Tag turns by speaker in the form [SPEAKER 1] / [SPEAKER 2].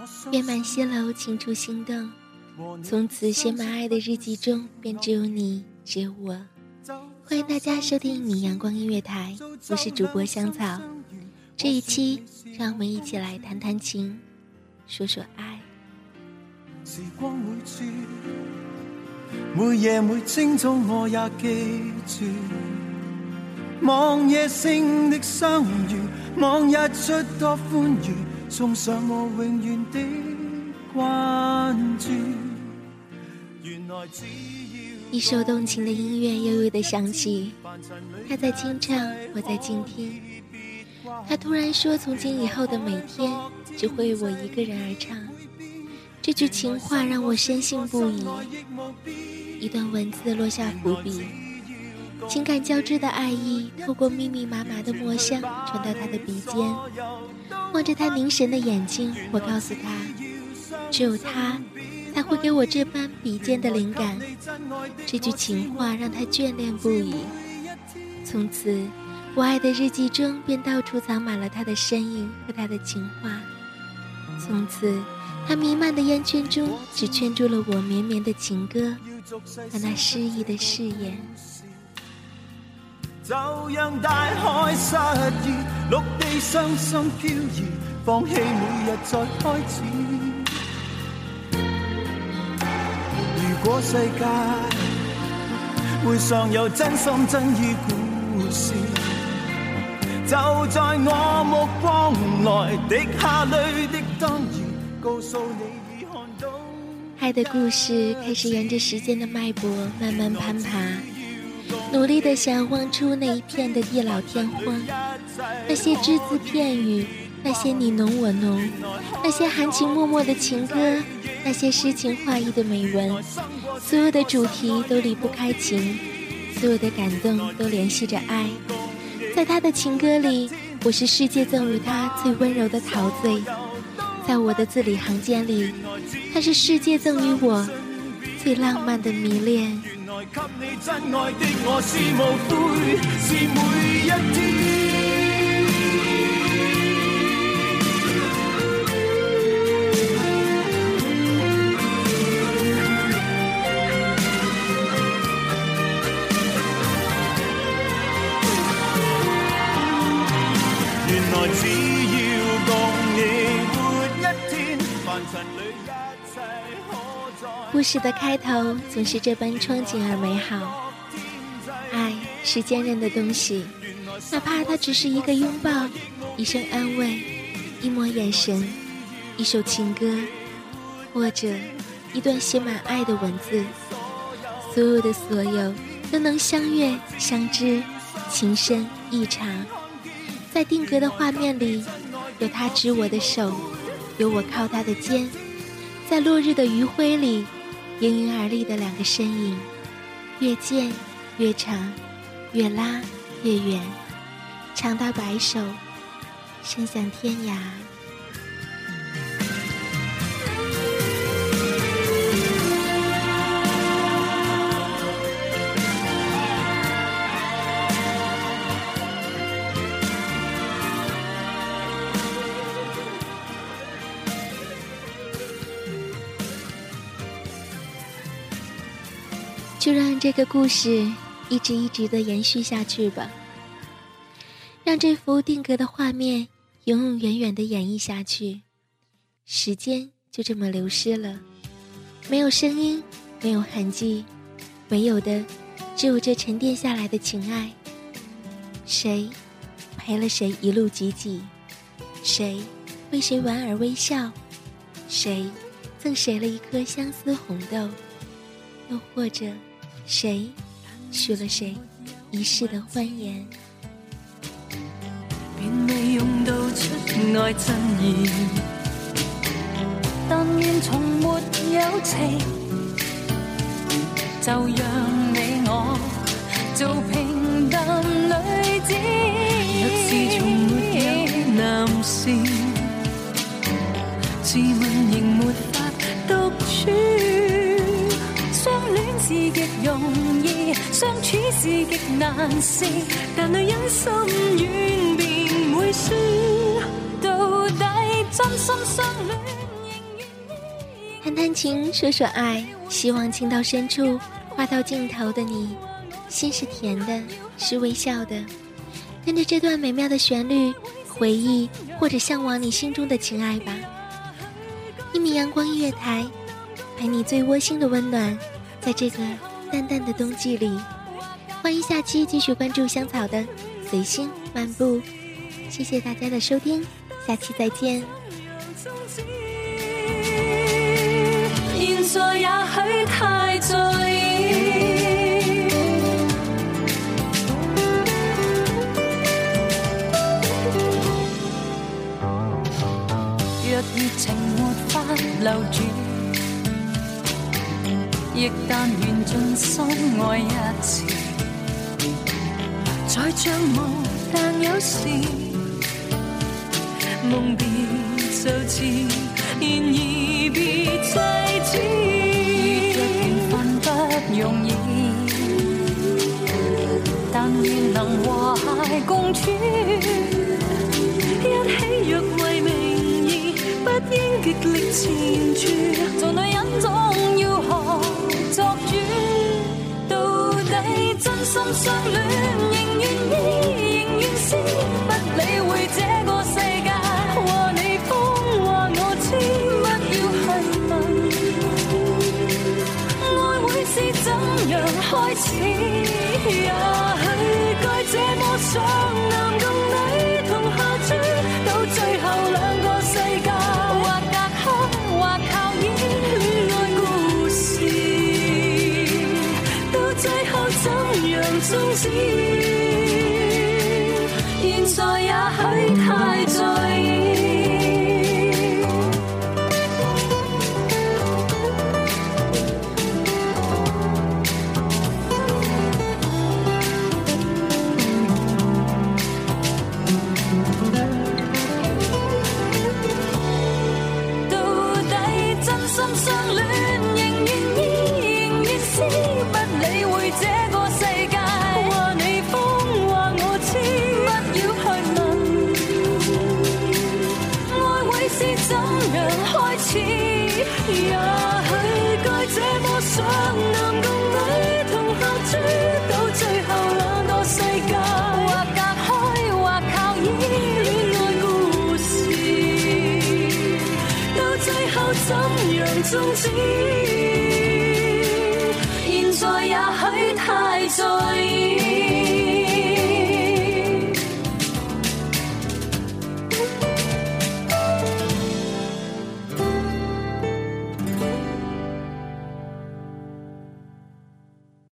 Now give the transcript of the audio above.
[SPEAKER 1] 遍满西楼情处心动，从此写满爱的日记中便只有你只有我。欢迎大家收听你阳光音乐台，我是主播香草。这一期让我们一起来谈谈情，说说爱。
[SPEAKER 2] 時光每處每夜每清早我也記住，望夜星的相遇，望日出多歡愉，送上我永遠的關注。原來只要
[SPEAKER 1] 一首動情的音樂悠悠地響起，他在清唱，我在靜聽。他突然說從今以後的每天只會為我一個人而唱。這句情話讓我深信不疑，一段文字落下伏筆，情感交織的愛意透過密密麻麻的墨香傳到他的鼻尖。望着他凝神的眼睛，我告訴他，只有他才會給我這般筆尖的靈感。這句情話讓他眷戀不已，從此我愛的日記中便到處藏滿了他的身影和他的情話。從此他彌漫的煙圈中只圈住了我綿綿的情歌和那詩意的誓言。
[SPEAKER 2] 就讓大海失意，陸地傷心飄移，放棄每日再開始。如果世界會上有真心真意故事，就在我目光內滴下淚的當然，告訴你已看到。
[SPEAKER 1] 愛的故事開始沿着時間的脈搏慢慢攀爬，努力地想望出那一片的地老天荒，那些只字片語，那些你儂我儂，那些含情脈脈的情歌，那些詩情畫意的美文，所有的主題都離不開情，所有的感動都聯繫着愛。在他的情歌裡，我是世界贈予他最溫柔的陶醉，在我的字裡行間裡，他是世界贈予我最浪漫的迷戀。
[SPEAKER 2] 原來給你真愛的我是無悔，是每一天。原來只要共你活一天，凡塵裡一切可在。
[SPEAKER 1] 故事的開頭總是這般憧憬而美好。愛是堅韌的東西，哪怕它只是一個擁抱，一聲安慰，一抹眼神，一首情歌，或者一段寫滿愛的文字，所有的所有都能相悅相知，情深意長。在定格的畫面裡，有他指我的手，有我靠他的肩，在落日的餘暉裡，盈盈而立的兩個身影，越漸越長，越拉越遠，長到白首，伸向天涯。就讓這個故事一直地延續下去吧，讓這幅定格的畫面永永遠遠地演繹下去。時間就這麼流失了，沒有聲音，沒有痕跡，唯有的只有這沉澱下來的情愛。誰陪了誰一路擠擠，誰為誰莞爾微笑，誰贈誰了一顆相思紅豆，又或者誰許了誰一世的歡顏。
[SPEAKER 3] 便未用到出愛真意，但願從沒有情，就讓你我做平淡女子。若是從沒有男士，自問仍沒法獨處。相戀是極容易，相處是極難事，但女人心軟便會輸。到底真心相戀。
[SPEAKER 1] 弹弹琴，说说爱，希望情到深处，话到尽头的你，心是甜的，是微笑的。跟着这段美妙的旋律，回忆或者向往你心中的情爱吧。一米阳光音乐台，陪你最窝心的温暖，在这个淡淡的冬季里。欢迎下期继续关注香草的随心漫步，谢谢大家的收听，下期再见。
[SPEAKER 3] 現在也許太在意，若熱情沒法留住，亦但願盡心愛一次。再像夢，但有時夢別就似，然而別制止。若緣分不容易，但願能和諧共處。一起若為名義，不應極力纏住。做女人總要學作主，到底真心相戀，仍願意，仍願試，不理會這個世界和你風話我知，不要去問愛會是怎樣開始。也許該這麼想，男共女同下注，到最後兩個世界或隔開，或靠演戀愛故事，到最後怎樣終止。現在也許太在意，到底真心相戀，仍願意，仍願試，不理會這個世界和你風話我知，不要去問愛會是怎樣開始。也許該這麼想，男共女同下注，到最後兩個世界或隔開，或靠演戀愛故事，到最後怎樣終止。現在也許太在意。